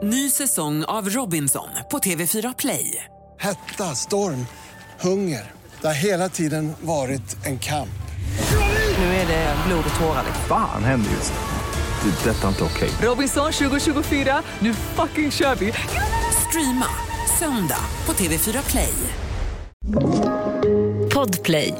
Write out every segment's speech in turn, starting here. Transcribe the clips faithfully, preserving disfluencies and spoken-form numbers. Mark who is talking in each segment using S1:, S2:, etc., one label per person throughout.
S1: Ny säsong av Robinson på T V fyra Play.
S2: Hetta, storm, hunger. Det har hela tiden varit en kamp.
S1: Nu är det blod och tårar.
S3: Fan händer just det. Det är detta inte okej.
S1: Robinson tjugo tjugofyra, nu fucking kör vi. Streama söndag på T V fyra Play.
S4: Podplay.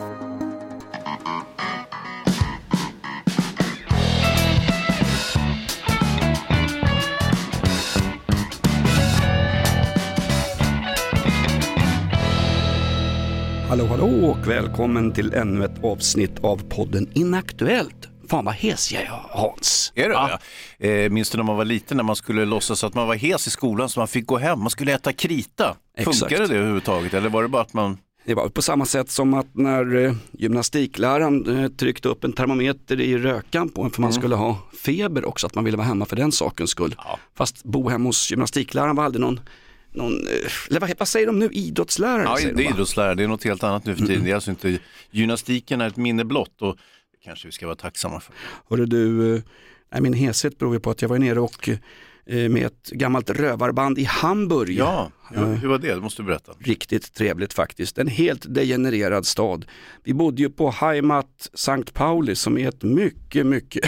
S5: Hallå, hallå och välkommen till ännu ett avsnitt av podden Inaktuellt. Fan vad hes jag är, Hans.
S6: Är det? Ja. Eh, minns du när man var liten när man skulle låtsas att man var hes i skolan så man fick gå hem? Man skulle äta krita. Funkade det överhuvudtaget eller var det bara att man...
S5: Det var på samma sätt som att när eh, gymnastikläraren eh, tryckte upp en termometer i rökan på en för man mm. skulle ha feber också, att man ville vara hemma för den sakens skull. Ja. Fast bo hemma hos gymnastikläraren var aldrig någon... Någon, eller vad, vad säger de nu? Idrottslärare?
S6: Ja,
S5: säger
S6: det är idrottslärare. Det är något helt annat nu för tiden. Mm. Det är alltså inte, gymnastiken är ett minne blott och det kanske vi ska vara tacksamma för.
S5: Hörru du, äh, min heshet beror ju på att jag var nere och äh, med ett gammalt rövarband i Hamburg.
S6: Ja, hur, hur var det? Det måste du berätta.
S5: Riktigt trevligt faktiskt. En helt degenererad stad. Vi bodde ju på Heimat Sankt Pauli som är ett mycket, mycket...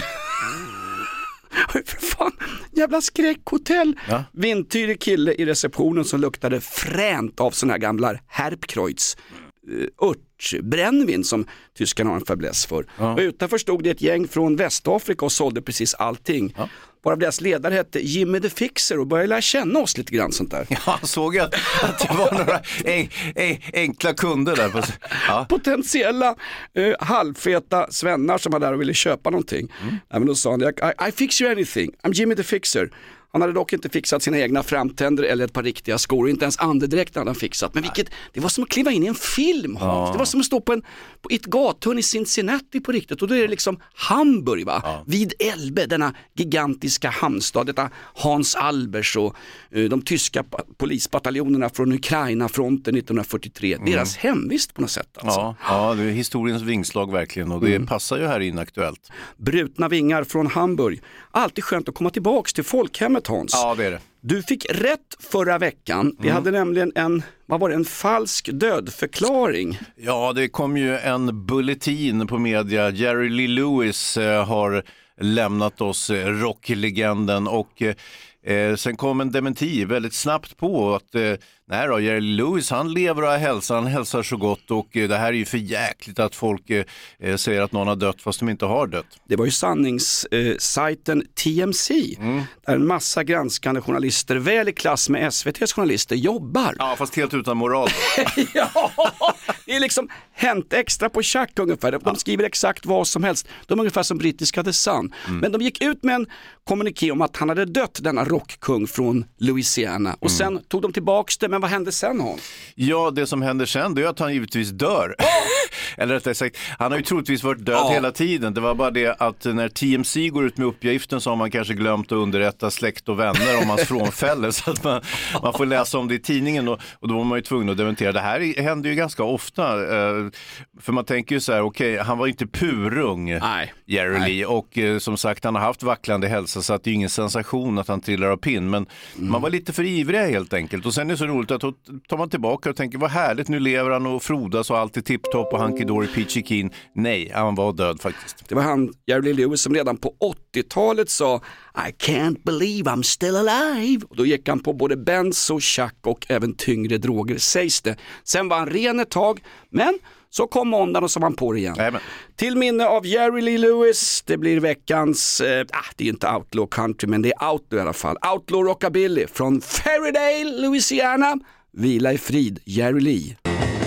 S5: för fan, jävla skräckhotell. Ja. Vindtyrig kille i receptionen som luktade fränt av såna här gamla Herbkreuz. Uh, örtbrännvin som tyskarna har en fäbless för. Ja. Och utanför stod det ett gäng från Västafrika och sålde precis allting. Ja. Bara deras ledare hette Jimmy the Fixer och började lära känna oss lite grann sånt där.
S6: Ja, såg jag att det var några en, en, enkla kunder där. På, ja.
S5: Potentiella uh, halvfeta svennar som var där och ville köpa någonting. Mm. Ja, men då sa han, I, I fix you anything, I'm Jimmy the Fixer. Han hade dock inte fixat sina egna framtänder eller ett par riktiga skor. Inte ens andedräkten hade han fixat. Men vilket, det var som att kliva in i en film, Hans. Ja. Det var som att stå på, en, på ett gathörn i Cincinnati på riktigt. Och då är det liksom Hamburg, va? Ja. Vid Elbe, denna gigantiska hamnstad. Detta Hans Albers och uh, de tyska polisbataljonerna från Ukraina-fronten nittonhundrafyrtiotre. Mm. Deras hemvist på något sätt. Alltså.
S6: Ja, ja, det är historiens vingslag verkligen. Och det mm. passar ju här Inaktuellt.
S5: Brutna vingar från Hamburg. Alltid skönt att komma tillbaka till folkhemmet, Hans.
S6: Ja, det är det.
S5: Du fick rätt förra veckan. Vi mm. hade nämligen en, vad var det, en falsk dödförklaring.
S6: Ja, det kom ju en bulletin på media. Jerry Lee Lewis eh, har lämnat oss, eh, rocklegenden, och eh, sen kom en dementi väldigt snabbt på att eh, nej då, Jerry Lewis, han lever och har hälsa, han hälsar så gott och eh, det här är ju för jäkligt att folk eh, säger att någon har dött fast de inte har dött.
S5: Det var ju sanningssajten eh, T M C mm. där en massa granskande journalister, väl i klass med S V T:s journalister, jobbar.
S6: Ja, fast helt utan moral.
S5: Ja, det är liksom hänt extra på tjack ungefär. De ja. skriver exakt vad som helst. De är ungefär som brittiska The Sun. Mm. Men de gick ut med en kommuniké om att han hade dött, denna rockkung från Louisiana. Och mm. sen tog de tillbaks det. Men vad hände sen, Hans?
S6: Ja, det som händer sen det är att han givetvis dör. Oh! Eller rättare sagt, han har ju troligtvis varit död oh. hela tiden. Det var bara det att när T M C går ut med uppgiften så har man kanske glömt att underrätta släkt och vänner om hans frånfälle. Så att man, man får läsa om det i tidningen och, och då var man ju tvungen att dementera. Det här händer ju ganska ofta. Eh, för man tänker ju så här, okej, okay, han var inte purung, Nej. Jerry Nej. Lee. Och eh, som sagt, han har haft vacklande hälsa så att det är ingen sensation att han trillar av pinn. Men mm. man var lite för ivrig helt enkelt. Och sen är det så roligt att då tar man tillbaka och tänker, vad härligt, nu lever han och frodas och allt är tipptopp och hunky-dory peachy keen. Nej, han var död faktiskt.
S5: Det var han, Jerry Lee Lewis, som redan på åttiotalet sa I can't believe I'm still alive. Och då gick han på både benzo, chack och även tyngre droger, sägs det. Sen var han ren ett tag, men så kom måndagen och så var han på det igen. Amen. Till minne av Jerry Lee Lewis, det blir veckans, eh, ah, det är inte outlaw country, men det är outlaw i alla fall. Outlaw rockabilly från Fairytale, Louisiana. Vila i frid, Jerry Lee.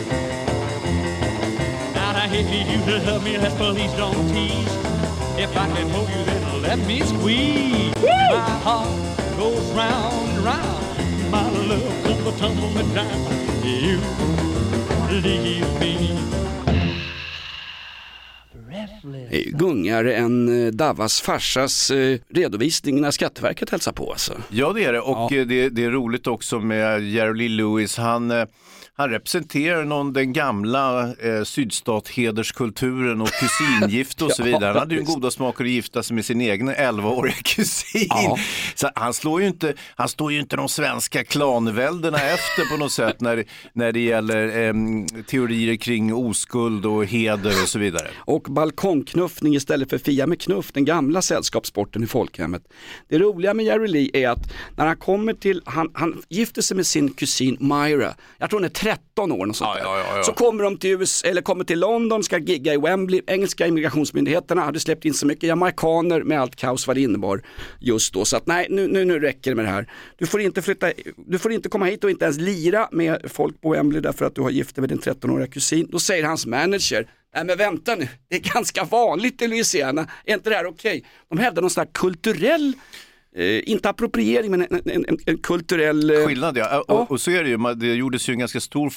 S5: Det är ju gungare än Davas farsas eh, redovisning när Skatteverket hälsar på. Alltså.
S6: Ja, det är det. Och ja. det, det är roligt också med Jerry Lee Lewis. Han, han representerar någon, den gamla eh, sydstathederskulturen och kusingift och så vidare. Han hade ju en goda smak att gifta sig med sin egen elvaåriga kusin. Ja. Så han slår ju inte, han står ju inte de svenska klanväldena efter på något sätt när, när det gäller eh, teorier kring oskuld och heder och så vidare.
S5: Och balkongknuffning istället för fia med knuff, den gamla sällskapssporten i folkhemmet. Det roliga med Jerry Lee är att när han kommer till, han, han gifter sig med sin kusin Myra, jag tror hon är tretton år och sånt där. Ja, ja, ja, ja. Så kommer de till U S A, eller kommer till London, ska gigga i Wembley. Engelska immigrationsmyndigheterna hade släppt in så mycket jamaikaner med allt kaos vad det innebar just då. Så att nej, nu, nu, nu räcker det med det här. Du får inte flytta, du får inte komma hit och inte ens lira med folk på Wembley därför att du har gift dig med din tretton-åriga kusin. Då säger hans manager, nej men vänta nu, det är ganska vanligt i Louisiana, är inte det här okej? Okay? De hävdar någon slags kulturell Eh, inte appropriering men en, en, en, en kulturell eh...
S6: skillnad. Ja. Ja. Och, och så är det ju, det gjordes ju en ganska stor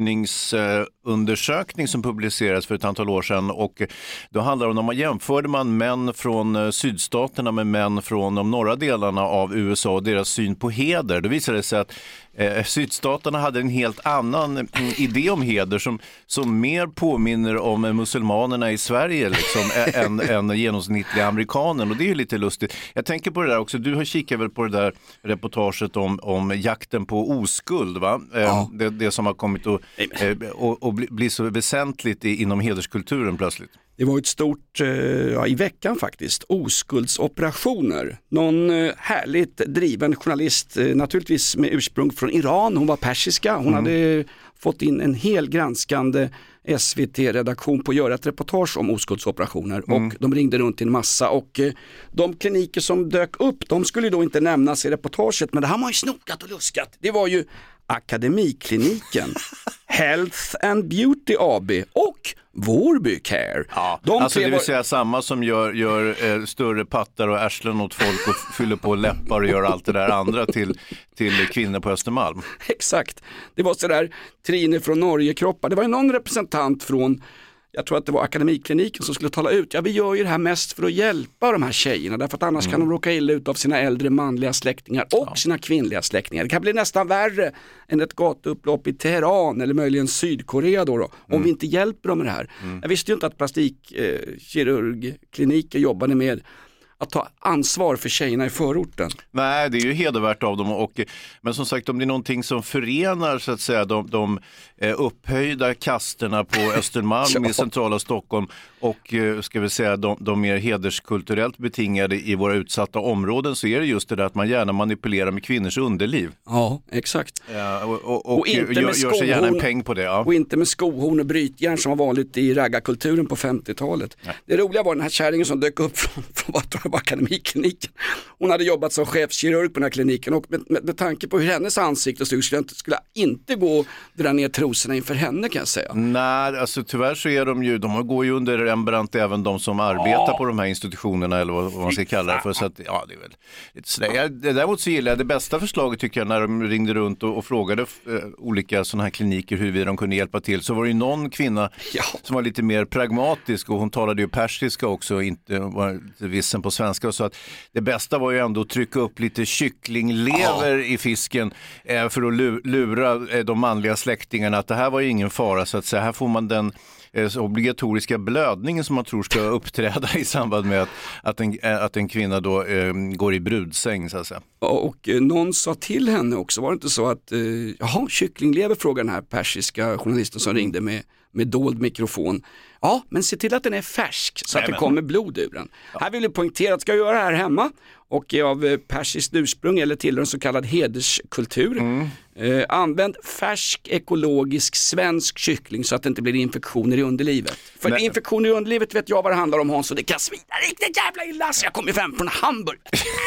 S6: forskningsundersökning som publicerades för ett antal år sedan, och då handlar det om, man jämförde man män från sydstaterna med män från de norra delarna av U S A och deras syn på heder. Då visade det sig att Eh, sydstaterna hade en helt annan mm, idé om heder som, som mer påminner om muselmanerna i Sverige liksom, än, än genomsnittliga amerikanen, och det är ju lite lustigt. Jag tänker på det där också, du har kikat väl på det där reportaget om, om jakten på oskuld, va? Eh, ja. det, det som har kommit att eh, och, och bli, bli så väsentligt i, inom hederskulturen plötsligt.
S5: Det var ett stort, ja, i veckan faktiskt, oskuldsoperationer. Någon härligt driven journalist, naturligtvis med ursprung från Iran, hon var persiska, hon mm. hade fått in en hel granskande S V T-redaktion på att göra ett reportage om oskuldsoperationer mm. och de ringde runt till en massa, och de kliniker som dök upp, de skulle då inte nämnas i reportaget, men det här har man ju snokat och luskat. Det var ju Akademikliniken, Health and Beauty A B och Vårby Care.
S6: Ja, de alltså det vill var... säga samma som gör, gör eh, större pattar och ärslen åt folk och fyller på läppar och gör allt det där andra till, till kvinnor på Östermalm.
S5: Exakt. Det var sådär Trine från Norge-kroppar. Det var ju någon representant från, jag tror att det var Akademikliniken, som skulle tala ut. Ja, vi gör ju det här mest för att hjälpa de här tjejerna, därför att annars mm. kan de råka illa ut av sina äldre manliga släktingar och ja. sina kvinnliga släktingar. Det kan bli nästan värre än ett gatuupplopp i Teheran eller möjligen Sydkorea då, då om mm. vi inte hjälper dem med det här. Mm. Jag visste ju inte att plastikkirurgkliniker eh, jobbade med att ta ansvar för tjejerna i förorten.
S6: Nej, det är ju hedervärt av dem. Och, men som sagt, om det är någonting som förenar så att säga, de, de upphöjda kasterna på Östermalm ja. i centrala Stockholm och ska vi säga, de, de mer hederskulturellt betingade i våra utsatta områden, så är det just det där att man gärna manipulerar med kvinnors underliv.
S5: Ja, exakt.
S6: Ja, och, och, och, och inte gör, gör sig gärna en peng på det. Ja.
S5: Och inte med skohorn och brytjärn som var vanligt i raggarkulturen på femtiotalet. Nej. Det roliga var den här kärringen som dök upp från, från Akademikliniken. Hon hade jobbat som chefskirurg på den här kliniken, och med, med, med tanke på hur hennes ansikte stod skulle jag inte, skulle jag inte gå och dra ner trosorna inför henne, kan jag säga. Nej,
S6: alltså tyvärr så är de ju, de går ju under Rembrandt, även de som arbetar ja. på de här institutionerna eller vad, vad man ska kalla det för, så att, ja, det är väl lite sådär. Jag, däremot så gillar jag det bästa förslaget, tycker jag, när de ringde runt och, och frågade eh, olika sådana här kliniker hur de kunde hjälpa till, så var det ju någon kvinna ja. som var lite mer pragmatisk, och hon talade ju persiska också, inte var vissen på svenska, och så att det bästa var ju ändå att trycka upp lite kycklinglever ja. i fisken eh, för att lura eh, de manliga släktingarna att det här var ju ingen fara, så att säga, här får man den eh, obligatoriska blödningen som man tror ska uppträda i samband med att, att, en, att en kvinna då eh, går i brudsäng, så att säga.
S5: Och eh, någon sa till henne också, var det inte så att eh, jaha, kycklinglever, frågar den här persiska journalisten som ringde med med dold mikrofon. Ja, men se till att den är färsk så att Nej, det kommer blod ur den. Ja. Här vill jag poängtera att ska jag göra det här hemma och är av persiskt ursprung eller tillhör en så kallad hederskultur. Mm. Eh, använd färsk, ekologisk, svensk kyckling så att det inte blir infektioner i underlivet. För Nej. infektioner i underlivet vet jag vad det handlar om, Hans, och det kan svida riktigt jävla illa, så jag kommer fem från Hamburg.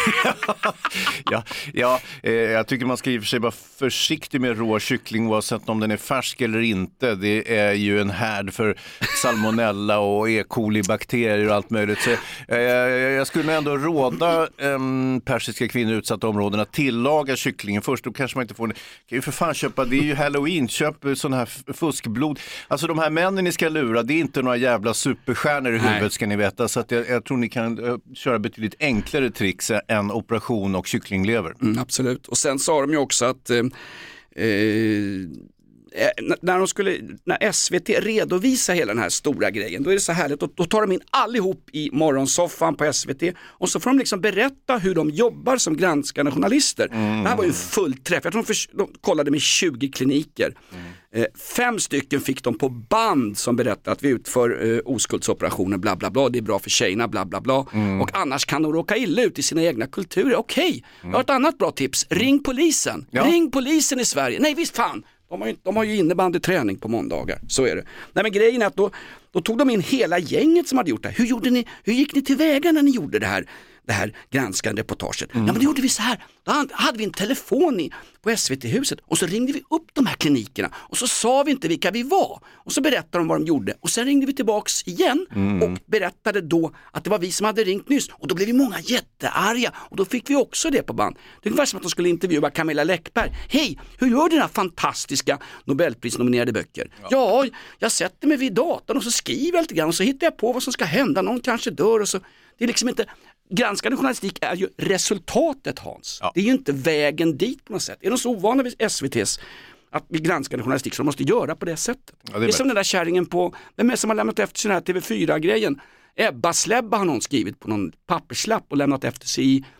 S6: ja, ja eh, jag tycker man ska i och för sig vara försiktig med rå kyckling oavsett om den är färsk eller inte. Det är ju en härd för salmonella och E. coli-bakterier och allt möjligt. Så, eh, jag skulle ändå råda eh, persiska kvinnor i utsatta områden att tillaga kycklingen först. Då kanske man inte får en... Kan ju för fan köpa, det är ju Halloween, köp sån här fuskblod. Alltså de här männen ni ska lura, det är inte några jävla superstjärnor i huvudet. Nej. Ska ni veta. Så att jag, jag tror ni kan uh, köra betydligt enklare tricks än operation och kycklinglever.
S5: Mm, absolut. Och sen sa de ju också att... Eh, eh, eh, när de skulle, när S V T redovisar hela den här stora grejen, då är det så härligt, då, då tar de in allihop i morgonsoffan på S V T och så får de liksom berätta hur de jobbar som granskande journalister. Mm. Det här var ju fullt träff, jag tror de, för, de kollade med tjugo kliniker. Mm. Eh, fem stycken fick de på band som berättar att vi utför eh, oskuldsoperationer, bla bla bla, det är bra för tjejerna, bla bla bla. Mm. Och annars kan de råka illa ut i sina egna kulturer. Okej, okay. mm. jag har ett annat bra tips. Ring polisen. Ja. Ring polisen i Sverige. Nej visst fan, de har ju, de har ju innebandyträning på måndagar. Så är det. Nej men grejen är att då, då tog de in hela gänget som hade gjort det här. Hur, gjorde ni, hur gick ni tillväga när ni gjorde det här? Det här granskande reportaget. Mm. Ja men då gjorde vi så här. Då hade vi en telefon i, på S V T-huset och så ringde vi upp de här klinikerna och så sa vi inte vilka vi var. Och så berättade de vad de gjorde. Och sen ringde vi tillbaks igen mm. och berättade då att det var vi som hade ringt nyss. Och då blev vi många jättearga. Och då fick vi också det på band. Det var som att de skulle intervjua Camilla Läckberg. Hej, hur gör dina fantastiska Nobelprisnominerade böcker? Ja. ja, jag sätter mig vid datorn och så skriver jag lite grann och så hittar jag på vad som ska hända. Någon kanske dör och så. Det är liksom inte... Granskande journalistik är ju resultatet, Hans. Ja. Det är ju inte vägen dit på något sätt. Är de så ovana vid S V T:s att vi granskande journalistik som de måste göra på det sättet? Ja, det, är det är som den där kärringen på, vem är som har lämnat efter sig den här T V fyra-grejen? Ebba Släbba har någon skrivit på någon papperslapp och lämnat efter sig i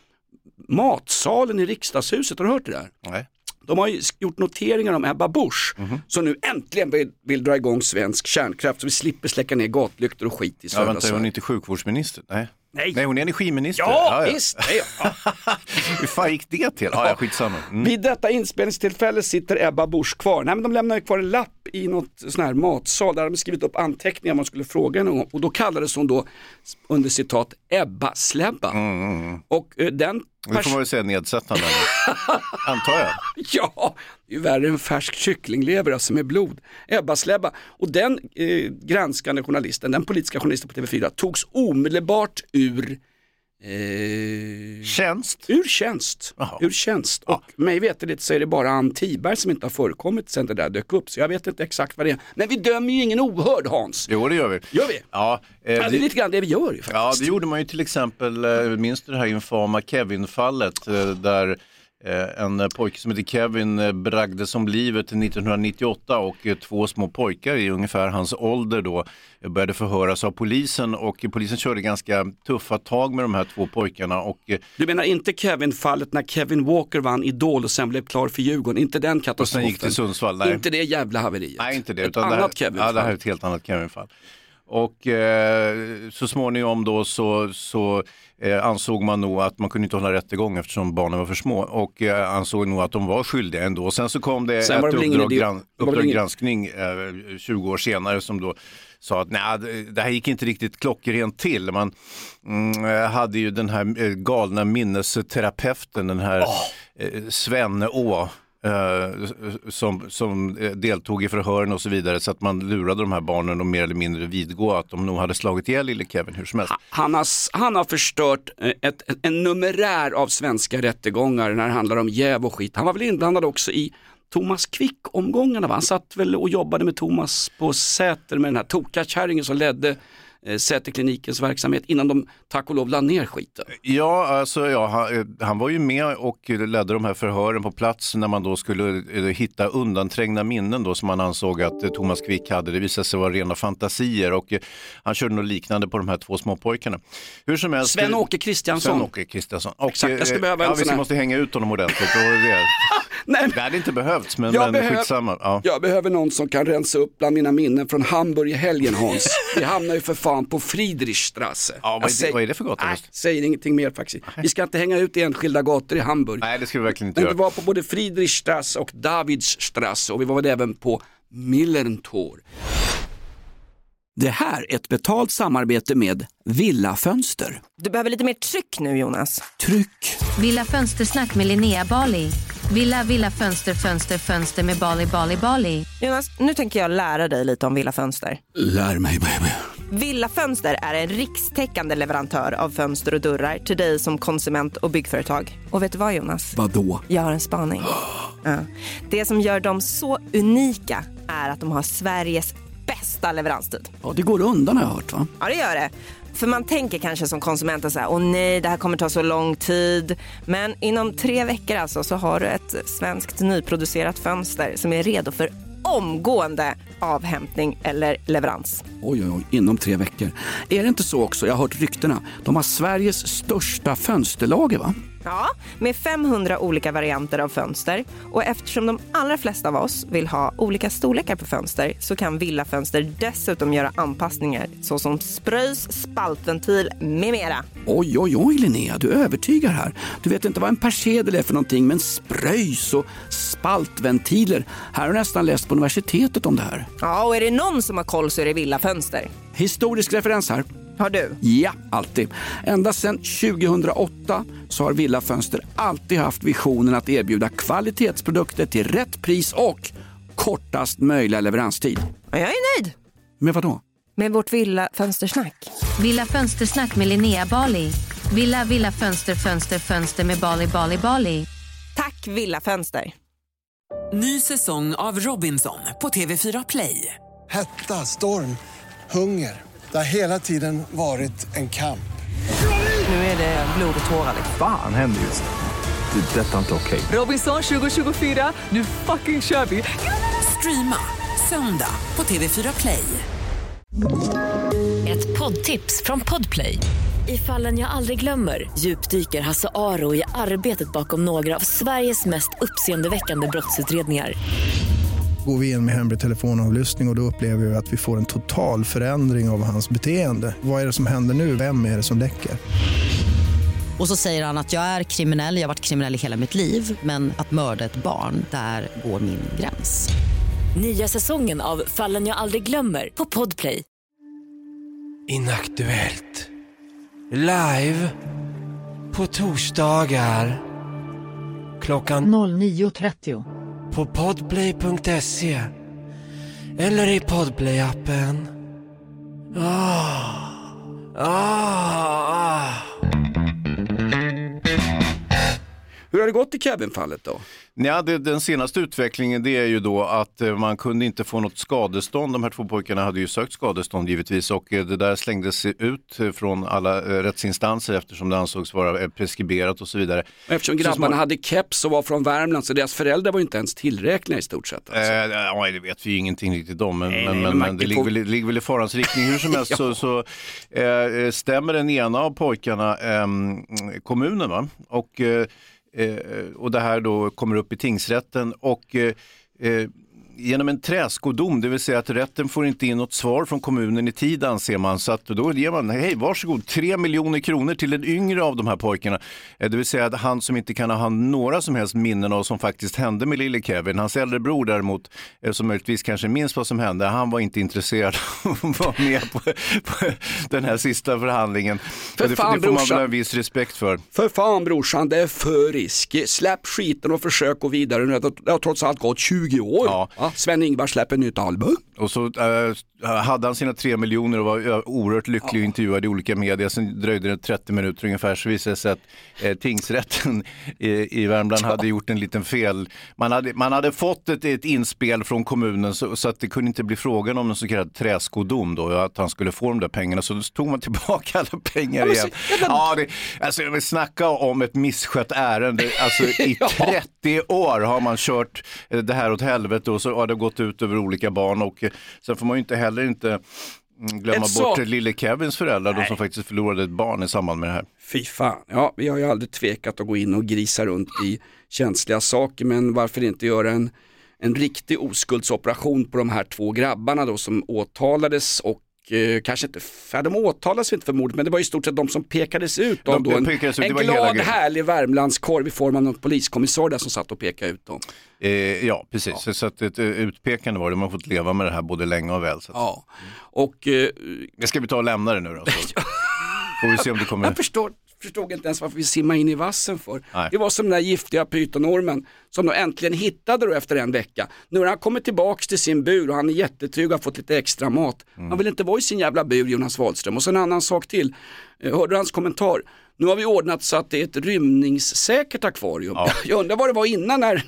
S5: matsalen i riksdagshuset. Har du hört det där?
S6: Nej.
S5: De har ju gjort noteringar om Ebba Busch mm-hmm. som nu äntligen vill, vill dra igång svensk kärnkraft så vi slipper släcka ner gatlyktor och skit i södra
S6: ja, vänta, hon är inte sjukvårdsminister? Nej.
S5: Nej.
S6: Nej, hon är energiminister.
S5: Ja, ja, ja. Visst. Ja.
S6: Hur fan gick det till? Ja, ja, skitsamma. Mm.
S5: Vid detta inspelningstillfälle sitter Ebba Busch kvar. Nej, men de lämnar ju kvar en lapp i något sån här matsal där de skrivit upp anteckningar man skulle fråga någon gång. Och då kallades hon då under citat Ebba Släbba. Mm, mm. Och uh, den...
S6: Det får man ju säga nedsättande. Antar jag.
S5: Ja, det är ju värre än färsk kycklinglever alltså med blod. Ebba Släbba. Och den eh, granskande journalisten, den politiska journalisten på T V fyra togs omedelbart ur eh,
S6: tjänst.
S5: Ur tjänst. Aha. Ur tjänst. Och ja. mig veterligt så är det bara Ann Tiberg som inte har förekommit sen det där dök upp. Så jag vet inte exakt vad det är. Men vi dömer ju ingen ohörd, Hans.
S6: Jo, det gör vi.
S5: Gör vi?
S6: Ja.
S5: Eh, ja det är lite grann det vi gör ju faktiskt.
S6: Ja, det gjorde man ju till exempel, eh, minns du det här infama Kevin-fallet eh, där en pojke som heter Kevin bragdes om livet nittonhundranittioåtta och två små pojkar i ungefär hans ålder då började förhöras av polisen och polisen körde ganska tuffa tag med de här två pojkarna. Och
S5: du menar inte Kevin-fallet när Kevin Walker vann Idol och sen blev klar för Djurgården, inte den katastrofen?
S6: Och sen gick till Sundsvall, nej.
S5: Inte det jävla haveriet.
S6: Nej, inte det.
S5: Ett
S6: utan
S5: annat
S6: det här,
S5: Kevin-fall.
S6: Ja, det här är ett helt annat Kevin-fall. Och eh, så småningom då så, så eh, ansåg man nog att man kunde inte hålla rättegång eftersom barnen var för små och eh, ansåg nog att de var skyldiga ändå. Sen så kom det
S5: Sen
S6: ett
S5: det
S6: uppdrag,
S5: det,
S6: gran, uppdrag ingen... granskning eh, tjugo år senare som då sa att nej, det här gick inte riktigt klockrent till. Man mm, hade ju den här eh, galna minnesterapeuten, den här oh. eh, Sven Å. Uh, som, som deltog i förhören och så vidare så att man lurade de här barnen och mer eller mindre vidgå att de nog hade slagit ihjäl lille Kevin hur som helst.
S5: Han har, han har förstört ett, en numerär av svenska rättegångar när det handlar om jäv och skit. Han var väl inblandad också i Thomas Quick-omgångarna, va? Han satt väl och jobbade med Thomas på Säter med den här tokakärringen som ledde Säterklinikens verksamhet innan de tack och lov la ner skiten.
S6: Ja, alltså ja, han, han var ju med och ledde de här förhören på plats när man då skulle hitta undanträngda minnen då som man ansåg att Thomas Quick hade. Det visade sig vara rena fantasier och han körde något liknande på de här två små pojkarna. Hur som helst,
S5: Sven-Åke Kristiansson.
S6: Sven-Åke Kristiansson. Och,
S5: exakt, jag skulle behöva en
S6: ja,
S5: sån
S6: vi måste hänga ut honom ordentligt. Och det, Nej, det hade inte behövts, men, men
S5: behöv,
S6: skitsamma. Ja.
S5: Jag behöver någon som kan rensa upp bland mina minnen från Hamburg i helgen, Hans. Vi hamnar ju för fan på Friedrichstrasse.
S6: Ja, vad, är det, säger, vad är det för gata?
S5: Nej, säger ingenting mer faktiskt. Vi ska inte hänga ut i enskilda gator i Hamburg.
S6: Nej, det ska vi verkligen inte göra.
S5: Vi var på både Friedrichstrasse och Davidsstrasse och vi var även på Millerntor. Det här är ett betalt samarbete med Villa Fönster.
S4: Du behöver lite mer tryck nu, Jonas.
S5: Tryck.
S7: Villa Fönstersnack med Linnea Bali. Villa, Villa Fönster, Fönster, Fönster med Bali, Bali, Bali.
S4: Jonas, nu tänker jag lära dig lite om Villa Fönster.
S5: Lär mig, baby.
S4: Villa Fönster är en rikstäckande leverantör av fönster och dörrar till dig som konsument och byggföretag. Och vet du vad, Jonas?
S5: Vadå?
S4: Jag har en spaning. Ja. Det som gör dem så unika är att de har Sveriges bästa leveranstid.
S5: Ja, det går undan har jag hört, va?
S4: Ja, det gör det. För man tänker kanske som konsument så här, åh nej, det här kommer ta så lång tid. Men inom tre veckor alltså så har du ett svenskt nyproducerat fönster som är redo för omgående avhämtning eller leverans.
S5: Oj, oj, oj, inom tre veckor. Är det inte så också? Jag har hört ryktena. De har Sveriges största fönsterlager, va?
S4: Ja, med femhundra olika varianter av fönster. Och eftersom de allra flesta av oss vill ha olika storlekar på fönster så kan Villa Fönster dessutom göra anpassningar såsom spröjs, spaltventil med mera.
S5: Oj, oj, oj Linnea, du övertygar här. Du vet inte vad en persedel är för någonting, men spröjs och spaltventiler. Här har jag nästan läst på universitetet om det här.
S4: Ja, och är det någon som har koll så är det Villa Fönster.
S5: Historisk referens här.
S4: Har du?
S5: Ja, alltid. Ända sedan tjugohundraåtta så har Villa Fönster alltid haft visionen att erbjuda kvalitetsprodukter till rätt pris och kortast möjliga leveranstid.
S4: Ja, jag är nöjd.
S5: Med vad då?
S4: Med vårt Villa Fönstersnack.
S7: Villa Fönstersnack med Linnea Bali. Villa, villa, fönster, fönster, fönster med Bali, Bali, Bali.
S4: Tack Villa Fönster.
S1: Ny säsong av Robinson på T V fyra Play.
S2: Hetta, storm, hunger. Det har hela tiden varit en kamp.
S1: Nu är det blod och tårar.
S3: Fan händer just det. Det är detta inte okej.
S1: Robinson tjugo tjugofyra, nu fucking kör vi. Streama söndag på T V fyra Play.
S8: Ett poddtips från Podplay. I Fallen jag aldrig glömmer djupdyker Hasse Aro i arbetet bakom några av Sveriges mest uppseendeväckande brottsutredningar.
S9: Går vi in med hemlig telefonavlyssning och, och då upplever vi att vi får en total förändring av hans beteende. Vad är det som händer nu? Vem är det som läcker?
S10: Och så säger han att jag är kriminell, jag har varit kriminell i hela mitt liv. Men att mörda ett barn, där går min gräns.
S8: Nya säsongen av Fallen jag aldrig glömmer på Podplay.
S11: Inaktuellt. Live. På torsdagar. Klockan nio trettio. På podplay punkt se. Eller i Podplay-appen. Ah. Ah.
S5: Hur har det gått i Kevin-fallet då?
S6: Ja, det, den senaste utvecklingen det är ju då att eh, man kunde inte få något skadestånd. De här två pojkarna hade ju sökt skadestånd givetvis och eh, det där slängdes ut eh, från alla eh, rättsinstanser eftersom det ansågs vara eh, preskriberat och så vidare.
S5: Eftersom grabbarna man... hade keps och var från Värmland så deras föräldrar var inte ens tillräknade i stort sett. Alltså.
S6: Eh, ja, det vet vi ju ingenting riktigt om men,
S5: nej,
S6: men,
S5: nej,
S6: men,
S5: men
S6: det ligger, på... väl, ligger väl i farans riktning. Hur som helst ja. så, så eh, stämmer den ena av pojkarna eh, kommunen va? Och eh, Eh, och det här då kommer upp i tingsrätten och eh, eh, genom en träskodom, det vill säga att rätten får inte in något svar från kommunen i tid anser man, så att då ger man, hej varsågod, tre miljoner kronor till den yngre av de här pojkarna. Eh, det vill säga att han som inte kan ha några som helst minnen av som faktiskt hände med lille Kevin. Hans äldre bror däremot, eh, som möjligtvis kanske minns vad som hände, han var inte intresserad av att vara med på, på den här sista förhandlingen.
S5: För
S6: det,
S5: fan,
S6: det får man väl
S5: en
S6: viss respekt för.
S5: För fan brorsan, det är för riskigt. Släpp skiten och försök gå vidare. Det har trots allt gått tjugo år. Ja. Ja, Sven-Ingvar släpper nytt album.
S6: Och så äh, hade han sina tre miljoner och var äh, oerhört lycklig och intervjuad i olika medier. Sen dröjde det trettio minuter ungefär så visade det sig att äh, tingsrätten i, i Värmland ja. hade gjort en liten fel. Man hade, man hade fått ett, ett inspel från kommunen så, så att det kunde inte bli frågan om en så kallad träskodom då, att han skulle få de där pengarna. Så då tog man tillbaka alla pengar ja, igen. Så, ja, ja, det, alltså jag vill snacka om ett misskött ärende. Alltså i trettio år har man kört det här åt helvete och så har det gått ut över olika barn och sen får man ju inte heller inte glömma ett bort så... lille Kevins föräldrar då, som faktiskt förlorade ett barn i samband med det här.
S5: Fy fan, ja vi har ju aldrig tvekat att gå in och grisa runt i känsliga saker, men varför inte göra en, en riktig oskuldsoperation på de här två grabbarna då som åtalades och Eh, kanske inte, för de åtalas inte för mordet, men det var i stort sett de som pekades ut av
S6: de
S5: en,
S6: pekades ut,
S5: en glad härlig Värmlandskorv i form av någon poliskommissarie där som satt och pekade ut dem.
S6: Eh, ja, precis. Ja. Så att ett utpekande var det, man har fått leva med det här både länge och väl. Så att...
S5: Ja, och... Eh,
S6: ska vi ta och lämna det nu då? Så. Får vi se om det kommer...
S5: Jag förstår, förstod inte ens varför vi simmar in i vassen för.
S6: Nej.
S5: Det var som den där giftiga pytonormen som de äntligen hittade då efter en vecka. Nu har han kommit tillbaks till sin bur och han är jättetrygg och har fått lite extra mat. Mm. Han vill inte vara i sin jävla bur, Jonas Wahlström. Och så en annan sak till. Hörde hans kommentar? Nu har vi ordnat så att det är ett rymningssäkert akvarium. Ja. Jag undrar vad det var innan när, när,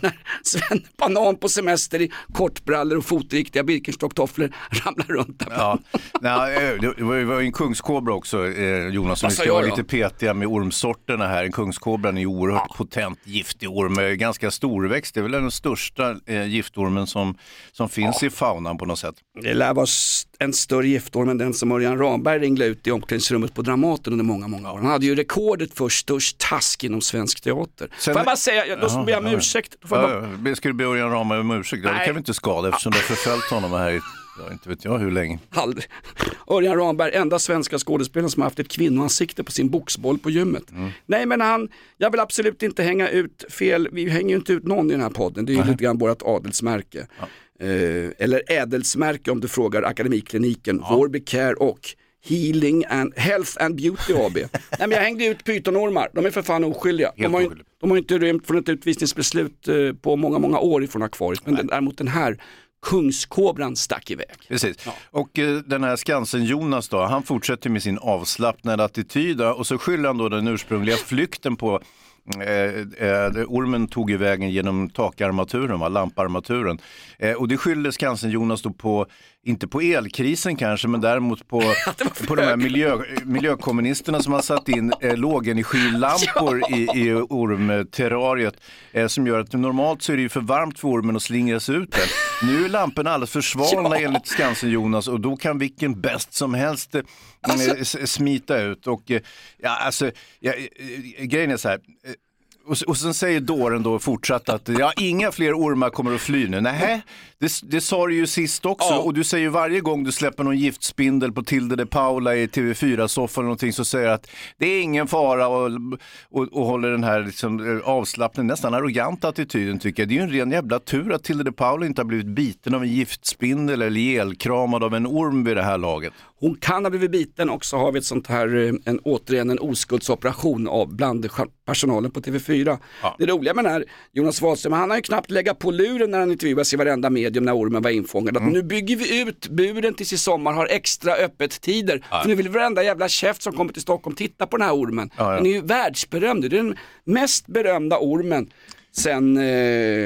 S5: Svennebanan på semester i kortbrallor och fotriktiga Birkenstock-tofflor ramlar runt där.
S6: Ja, nej, det var ju en kungskobra också, Jonas, som vi ska vara lite petiga med ormsorterna här. En kungskobran är oerhört ja. potent giftig orm, ganska storväxt. Det är väl den största eh, giftormen som, som finns ja. i faunan på något sätt.
S5: Det lär vara en större giftorm än den som Örjan Ramberg ringlade ut i omklädningsrummet på Dramaten under många, många år. Han hade ju rekordet för störst task inom svensk teater. Sen, får jag bara säga, då ska jag be om ursäkt.
S6: Får jag bara... Ska du be Örjan Ramberg om ursäkt? Ja, det kan vi inte skada eftersom det har förföljt honom här i, ja, inte vet jag hur länge.
S5: Aldrig. Örjan Ramberg, enda svenska skådespelaren som har haft ett kvinnoansikte på sin boxboll på gymmet. Mm. Nej, men han, jag vill absolut inte hänga ut fel, vi hänger ju inte ut någon i den här podden, det är ju lite grann vårt adelsmärke. Ja. Eh, eller ädelsmärke om du frågar Akademikliniken, ja. Vårby Care och Healing and Health and Beauty A B. Nej, men jag hängde ut pytonormar, de är för fan oskyldiga. De har, ju, de har ju inte rymt från ett utvisningsbeslut eh, på många, många år ifrån akvariet. Men däremot den här kungskobran stack iväg.
S6: Precis. Ja. Och eh, den här Skansen Jonas då, han fortsätter med sin avslappnade attityd och så skyller han då den ursprungliga flykten på Eh, eh, ormen tog i vägen genom takarmaturen, va? Lamparmaturen. Eh, och det skyllde Skansen Jonas då på, inte på elkrisen kanske, men däremot på, på de här miljö, miljökommunisterna som har satt in eh, lågenergilampor ja. i, i ormterrariet eh, som gör att normalt så är det ju för varmt för ormen att slingras ut där. Nu är lamporna alldeles för svalna ja. enligt Skansen Jonas och då kan vilken bäst som helst eh, alltså... smita ut och eh, ja, alltså ja, grejen är så här. Och, och sen säger dåren då fortsatt att ja, inga fler ormar kommer att fly nu. Nej, det, det sa du ju sist också. Ja. Och du säger varje gång du släpper någon giftspindel på Tilde de Paula i T V fyra-soffan eller någonting så säger att det är ingen fara och, och, och håller den här liksom, avslappningen, nästan arroganta attityden tycker jag. Det är ju en ren jävla tur att Tilde de Paula inte har blivit biten av en giftspindel eller gelkramad av en orm vid det här laget.
S5: Hon kan ha blivit biten och så har vi ett sånt här, en, återigen en oskuldsoperation av bland personalen på T V fyra. Ja. Det roliga med den här Jonas Wahlström, han har ju knappt lägga på luren när han intervjuas i varenda medium när ormen var infångad. Mm. Nu bygger vi ut buren tills i sommar, har extra öppet tider. Ja. För nu vill varenda jävla chef som kommer till Stockholm titta på den här ormen. Ja, ja. Den är ju världsberömd. Det är den mest berömda ormen sen, eh,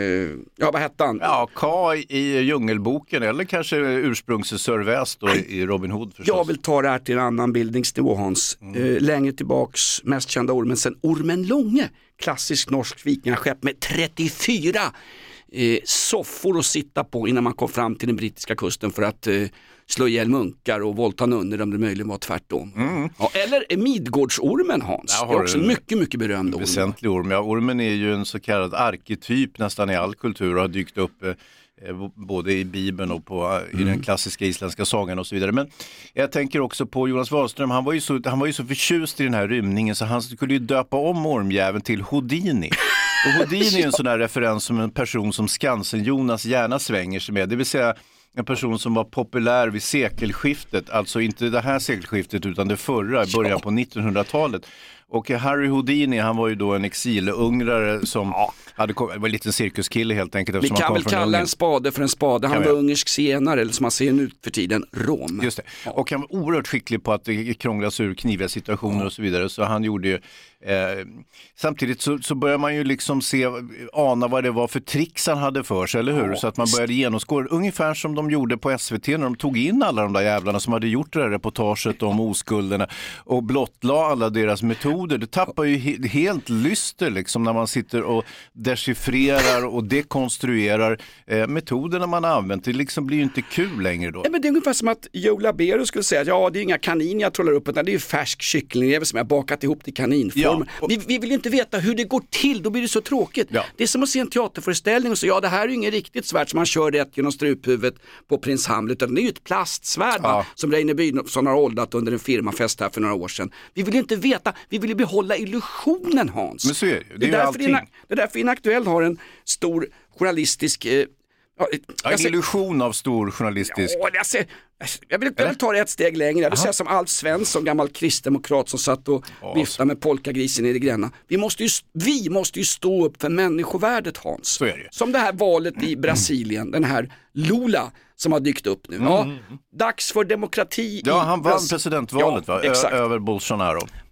S5: ja vad hette han?
S6: Ja, K i Djungelboken eller kanske ursprungs-Sir Väst då i Robin Hood förstås.
S5: Jag vill ta det här till en annan bildningsnivå Hans. Mm. Eh, längre tillbaks, mest kända ormen sen Ormen Långe. Klassisk norsk vikingaskepp med trettiofyra eh, soffor att sitta på innan man kom fram till den brittiska kusten för att eh, slå ihjäl munkar och våldta nunnor om det möjligen var tvärtom. Mm. Ja, eller Midgårdsormen Hans. Det är också en mycket, mycket berömd orm.
S6: Väsentlig orm. Ja, ormen är ju en så kallad arketyp nästan i all kultur och har dykt upp eh, både i Bibeln och på, mm. i den klassiska isländska sagan och så vidare. Men jag tänker också på Jonas Wahlström, han var ju så, han var ju så förtjust i den här rymningen så han skulle ju döpa om ormjäveln till Houdini. Och Houdini är en sån där referens som en person som Skansen Jonas gärna svänger sig med. Det vill säga en person som var populär vid sekelskiftet, alltså inte det här sekelskiftet utan det förra, i början på nittonhundratalet. Och Harry Houdini, han var ju då en exilungrare som ja. hade kommit, var en liten cirkuskille helt enkelt.
S5: Vi kan väl kalla Ungern. En spade för en spade. Han kan var vi? ungersk senare, eller som man ser nu för tiden, rom.
S6: Just det. Ja. Och han var oerhört skicklig på att krånglas ur kniviga situationer ja. och så vidare. Så han gjorde ju, eh, samtidigt så, så börjar man ju liksom se, ana vad det var för tricks han hade för sig, eller hur? Ja. Så att man började genomskåda, ungefär som de gjorde på S V T när de tog in alla de där jävlarna som hade gjort det här reportaget om oskulderna och blottlade alla deras metoder. Det tappar ju he- helt lyster liksom när man sitter och dechiffrerar och dekonstruerar eh, metoderna man har använt. Det liksom blir ju inte kul längre då.
S5: Ja, men det är ungefär som att Joe Labero skulle säga att ja, det är inga kanin jag trollar upp utan det är ju färsk kyckling som jag bakat ihop till kaninform. Ja, och... vi, vi vill ju inte veta hur det går till, då blir det så tråkigt. Ja. Det är som att se en teaterföreställning och så ja, det här är ju ingen riktigt svärd som man kör rätt genom struphuvudet på prins Hamlet utan det är ju ett plastsvärd ja. som Reine Bynopsson har åldat under en firmafest här för några år sedan. Vi vill ju inte veta, vi vill behålla illusionen Hans.
S6: Men så är det, det, är
S5: det, är därför det, det är därför Inaktuell har en stor journalistisk eh,
S6: ja, en ser, illusion av stor journalistisk.
S5: Ja, jag, ser, jag, vill, jag vill ta det ett steg längre. Jag vill Aha. säga som Alf Svensson, gammal kristdemokrat som satt och oh, viftade med polkagrisen i det gränna. Vi måste, ju, vi måste ju stå upp för människovärdet Hans.
S6: Så är det.
S5: Som det här valet i Brasilien, den här Lula som har dykt upp nu. Mm. Ja, dags för demokrati.
S6: Ja, han vann presidentvalet ja, va? Ö- över Bolsonaro.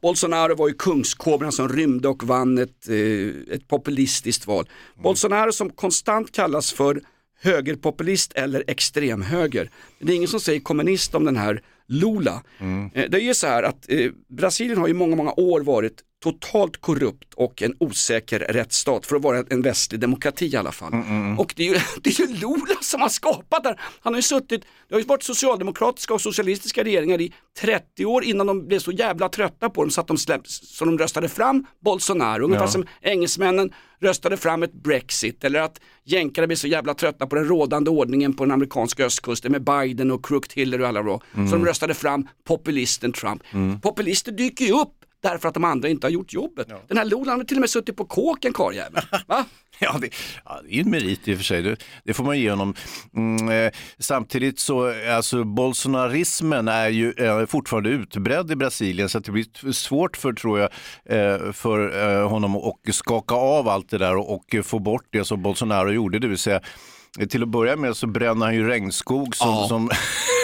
S5: Bolsonaro var ju kungskobran som rymde och vann ett, eh, ett populistiskt val. Mm. Bolsonaro som konstant kallas för högerpopulist eller extremhöger. Det är ingen som säger kommunist om den här Lula. Mm. Eh, det är ju så här att eh, Brasilien har ju många, många år varit totalt korrupt och en osäker rättsstat för att vara en västlig demokrati i alla fall. Mm, mm. Och det är, ju, det är ju Lula som har skapat det. Han har ju suttit, det har ju varit socialdemokratiska och socialistiska regeringar i trettio år innan de blev så jävla trötta på dem så att de släpp, så de röstade fram Bolsonaro. Ungefär ja. som engelsmännen röstade fram ett Brexit, eller att jänkarna blev så jävla trötta på den rådande ordningen på den amerikanska östkusten med Biden och Crooked Hillary och alla då. Mm. Så de röstade fram populisten Trump. Mm. Populister dyker ju upp därför att de andra inte har gjort jobbet. Ja. Den här Lula har till och med suttit på kåken, karljäveln. Va?
S6: Ja, det, ja, det är en merit i och för sig. Det, det får man ge honom. Mm, eh, samtidigt så, alltså bolsonarismen är ju är fortfarande utbredd i Brasilien, så att det blir svårt för, tror jag, eh, för eh, honom att skaka av allt det där och, och få bort det som Bolsonaro gjorde. Det vill säga, till att börja med så bränner han ju regnskog som... Ja. som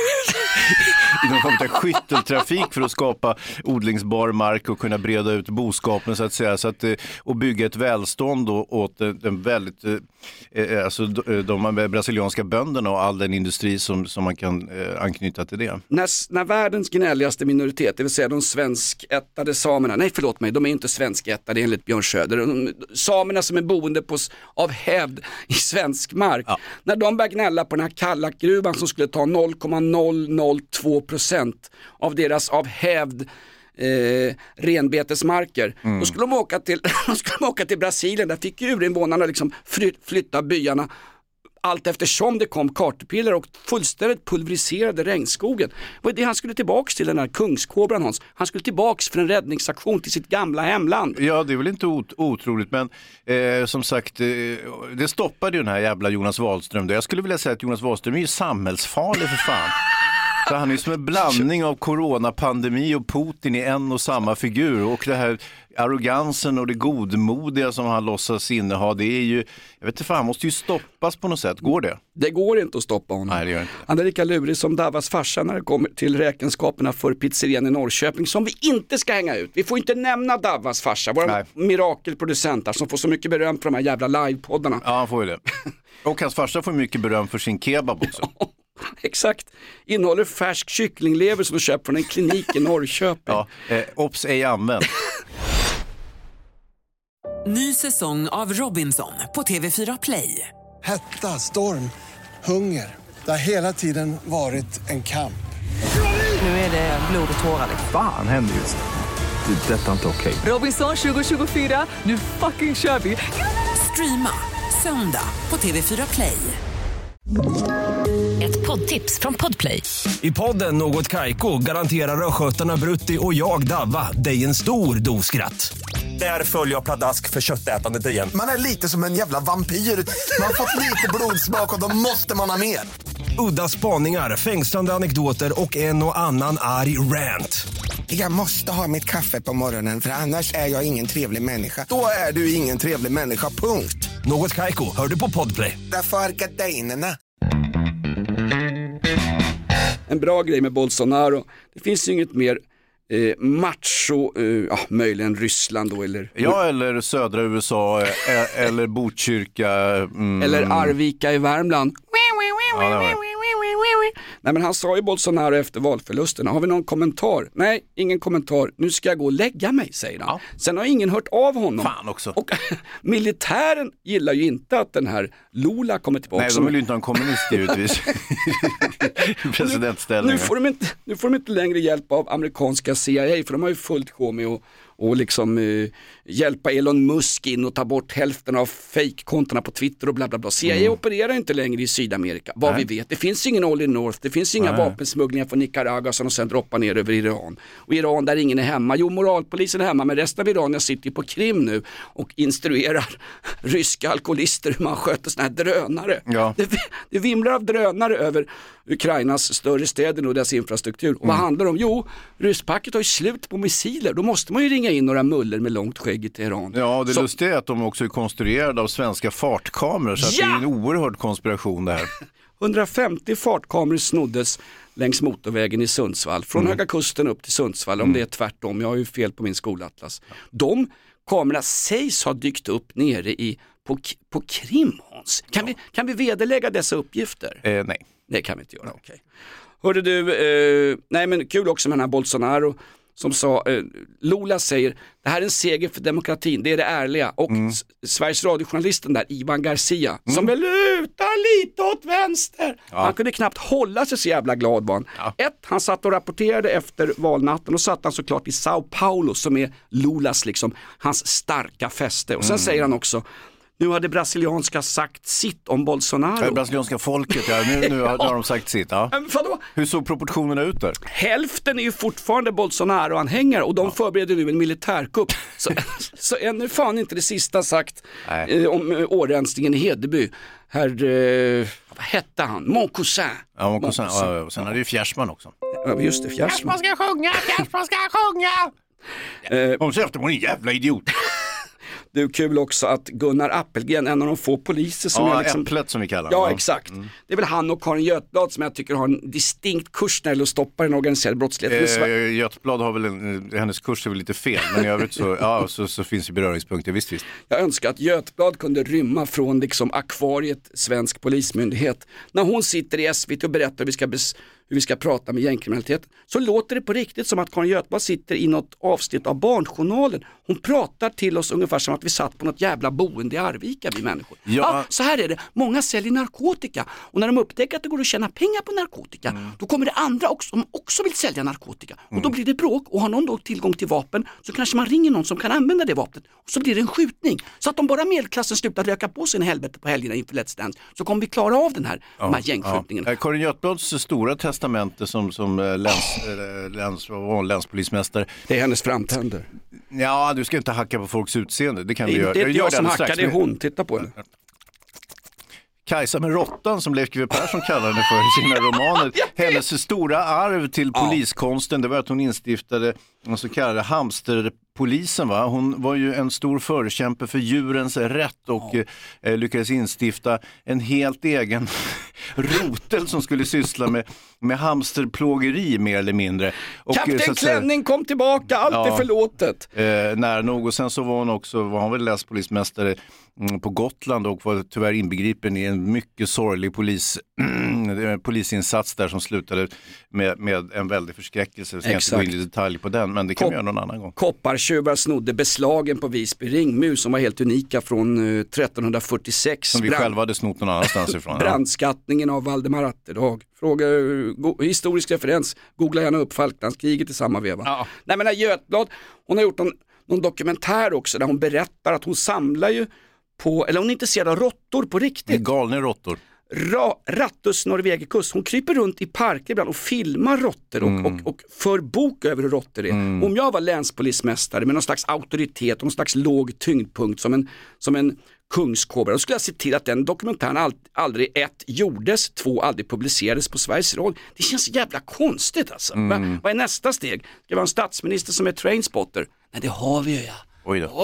S6: i någon form av skytteltrafik för att skapa odlingsbar mark och kunna breda ut boskapen så att säga, så att, och bygga ett välstånd åt den väldigt, eh, alltså de brasilianska bönderna och all den industri som, som man kan eh, anknyta till det.
S5: När, när världens gnälligaste minoritet, det vill säga de svenskättade samerna, nej förlåt mig, de är inte svenskättade enligt Björn Söder, de, samerna som är boende på, av hävd i svensk mark, ja. När de börjar gnälla på den här Kallakgruvan som skulle ta noll komma noll noll två procent av deras av hävd eh, renbetesmarker. Mm. Då skulle de åka till, de skulle de åka till Brasilien, där fick urinvånarna liksom fly, flytta byarna allt eftersom det kom kartpiller och fullständigt pulveriserade regnskogen. Vad är det han skulle tillbaks till, den här kungskobran Hans? Han skulle tillbaks för en räddningsaktion till sitt gamla hemland.
S6: Ja, det är väl inte ot- otroligt, men eh, som sagt, eh, det stoppade ju den här jävla Jonas Wahlström. Jag skulle vilja säga att Jonas Wahlström är ju samhällsfarlig för fan. Så han är som en blandning av coronapandemi och Putin i en och samma figur. Och det här arrogansen och det godmodiga som han låtsas inneha, det är ju, jag vet inte fan, han måste ju stoppas på något sätt. Går det?
S5: Det går inte att stoppa honom.
S6: Nej, det gör inte.
S5: Han är lika lurig som Davas farsa när det kommer till räkenskaperna för pizzerian i Norrköping, som vi inte ska hänga ut. Vi får inte nämna Davas farsa, våra Nej. mirakelproducenter som får så mycket beröm för de här jävla livepoddarna.
S6: Ja, han får ju det. Och hans farsa får mycket beröm för sin kebab också.
S5: Exakt. Innehåller färsk kycklinglever som du köper från en klinik i Norrköping.
S6: Ja, eh, ops ej använd.
S1: Ny säsong av Robinson på T V fyra Play.
S2: Hetta, storm, hunger. Det har hela tiden varit en kamp.
S1: Nu är det blod och tårar.
S3: Fan händer just det. Det är detta inte okej.
S1: Robinson tjugo tjugofyra, nu fucking kör vi. Streama söndag på T V fyra Play.
S8: Ett poddtips från Podplay.
S11: I podden Något Kaiko garanterar östgötarna Brutti och jag Davva dig en stor doskratt. Där följer jag pladask för köttätandet igen.
S12: Man är lite som en jävla vampyr. Man har fått lite blodsmak och då måste man ha mer.
S11: Udda spaningar, fängslande anekdoter och en och annan arg rant.
S12: Jag måste ha mitt kaffe på morgonen, för annars är jag ingen trevlig människa. Då är du ingen trevlig människa, punkt.
S11: Något Kaiko, hör du på Podplay.
S12: Därför är gardinerna.
S5: En bra grej med Bolsonaro, det finns ju inget mer eh, macho, eh, ja, möjligen Ryssland då, eller...
S6: Ja, eller södra U S A, eh, eller Botkyrka. Mm.
S5: Eller Arvika i Värmland.
S6: Ja, det var...
S5: Nej, men han sa ju Bolsonaro efter valförlusterna. Har vi någon kommentar? Nej, ingen kommentar. Nu ska jag gå och lägga mig, säger han. Ja. Sen har ingen hört av honom.
S6: Fan också.
S5: Och militären gillar ju inte att den här Lula kommer tillbaka.
S6: Nej, de vill ju inte ha en kommunist givetvis. Presidentställningen.
S5: Nu, nu, får de inte, nu får de inte längre hjälp av amerikanska C I A, för de har ju fullt sjå med att och liksom eh, hjälpa Elon Musk in och ta bort hälften av fake-kontona på Twitter och bla bla bla. C I A mm. opererar inte längre i Sydamerika, vad Nej. vi vet. Det finns ingen All in North, det finns inga Nej. vapensmugglingar från Nicaragua som de sen droppar ner över Iran. Och Iran där ingen är hemma. Jo, moralpolisen är hemma, men resten av Iran sitter på Krim nu och instruerar ryska alkoholister hur man sköter såna här drönare.
S6: Ja.
S5: Det, det vimlar av drönare över Ukrainas större städer och deras infrastruktur. Och mm. vad handlar det om? Jo, rysspacket har ju slut på missiler. Då måste man ju ringa in några muller med långt skägg i Teheran.
S6: Ja, det
S5: Så...
S6: lustiga är att de också är konstruerade av svenska fartkameror, så att
S5: ja!
S6: det är en oerhörd konspiration det här.
S5: hundrafemtio fartkameror snoddes längs motorvägen i Sundsvall, från mm. Höga Kusten upp till Sundsvall, om mm. det är tvärtom, jag har ju fel på min skolatlas. De kamerorna sägs ha dykt upp nere i, på, på Krim, Hans. Kan, ja. vi, kan vi vederlägga dessa uppgifter?
S6: Eh, nej.
S5: Det kan vi inte göra, okej. Okay. Hörde du, eh, nej men kul också med den här Bolsonaro som sa, eh, Lula säger, det här är en seger för demokratin, det är det ärliga. Och mm. S- Sveriges radiojournalisten där, Ivan Garcia, mm. som väl lutar lite åt vänster. Ja. Han kunde knappt hålla sig, så jävla glad var han. Ja. Ett, han satt och rapporterade efter valnatten och satt han såklart i Sao Paulo som är Lulas liksom, hans starka fäste. Och sen mm. säger han också, nu har det brasilianska sagt sitt om Bolsonaro.
S6: Det brasilianska folket, ja. Nu, nu har, har de sagt sitt. Ja.
S5: Vadå?
S6: Hur såg proportionerna ut där?
S5: Hälften är ju fortfarande Bolsonaro-anhängare och de ja. förbereder nu en militärkupp. Så, så ännu fan inte det sista sagt eh, om eh, årensningen i Hedeby. Herr, eh, vad hette han? Mon Cousin.
S6: Ja, Mon Cousin. Ja, och sen hade ju Fjärsman också.
S5: Ja, just det, Fjärsman.
S12: Fjärsman ska sjunga, Fjärsman ska sjunga!
S6: Eh, Om sig efter på en jävla idiot.
S5: Det är kul också att Gunnar Appelgren, en av de få poliser som
S6: ja,
S5: jag liksom...
S6: Äpplet som vi kallar
S5: Ja, exakt. Mm. Det är väl han och Karin Götblad som jag tycker har en distinkt kurs när det gäller att stoppa den organiserade brottsligheten.
S6: Eh, Götblad har väl en, hennes kurs är väl lite fel, men i övrigt så, ja, så, så finns det beröringspunkter, visst, visst.
S5: Jag önskar att Götblad kunde rymma från liksom akvariet svensk polismyndighet. När hon sitter i S V T och berättar hur vi ska bes- hur vi ska prata med gängkriminalitet, så låter det på riktigt som att Karin Götblad sitter i något avsnitt av Barnjournalen. Hon pratar till oss ungefär som att vi satt på något jävla boende i Arvika, vi människor. Ja. Ja, så här är det, många säljer narkotika och när de upptäcker att det går att tjäna pengar på narkotika, mm. då kommer det andra också som också vill sälja narkotika. Mm. Och då blir det bråk, och har någon då tillgång till vapen så kanske man ringer någon som kan använda det vapnet, och så blir det en skjutning. Så att om bara medelklassen slutar röka på sin helvete på helgerna inför Let's Dance, så kommer vi klara av den här, ja, de här gängskjutningarna.
S6: Ja. Karin Götblads stora testamente som, som läns, oh. läns, läns, länspolismästare.
S5: Det är hennes framtänder.
S6: Ja, du ska inte hacka på folks utseende. Det kan vi göra.
S5: Det är inte jag, jag som hackar,
S6: strax.
S5: det är hon. Titta på henne.
S6: Kajsa med råttan, som Leif G W Persson kallar henne för i sina romaner. Hennes stora arv till ja. poliskonsten, det var att hon instiftade den så kallade hamsterpolisen. Va? Hon var ju en stor förkämpe för djurens rätt och ja. eh, lyckades instifta en helt egen rotel som skulle syssla med, med hamsterplågeri mer eller mindre. Och,
S5: Kapten Klänning kom tillbaka, allt ja, är förlåtet.
S6: Eh, nära nog, och sen så var hon också, var hon väl läspolismästare på Gotland och var tyvärr inbegripen i en mycket sorglig polis, polisinsats där som slutade med, med en väldig förskräckelse. Jag ska inte gå in i detalj på den, men det kan Kop- vi göra någon annan gång.
S5: Koppartjuvar snodde beslagen på Visby ringmus som var helt unika från uh, tretton fyrtiosex.
S6: Som vi Brand... själva hade snott någon annanstans ifrån.
S5: Brandskattningen av Valdemar Atterdag. Fråga, go- historisk referens, googla gärna upp Falklandskriget i samma veva. Ja. Nej, men Götblad, hon har gjort någon, någon dokumentär också där hon berättar att hon samlar ju på, eller hon är intresserad av råttor på riktigt.
S6: Galna råttor.
S5: Ra, Rattus norvegicus. Hon kryper runt i parker ibland och filmar råttor och, mm. och, och för bok över hur råttor är. Mm. Om jag var länspolismästare med någon slags auktoritet och någon slags låg tyngdpunkt som en, som en kungskobra, då skulle jag se till att den dokumentären ald, aldrig ett gjordes, två aldrig publicerades på Sveriges Radio. Det känns jävla konstigt alltså. Mm. Va, vad är nästa steg? Ska vi ha en statsminister som är trainspotter? Nej, det har vi ju, ja.
S6: Oj då.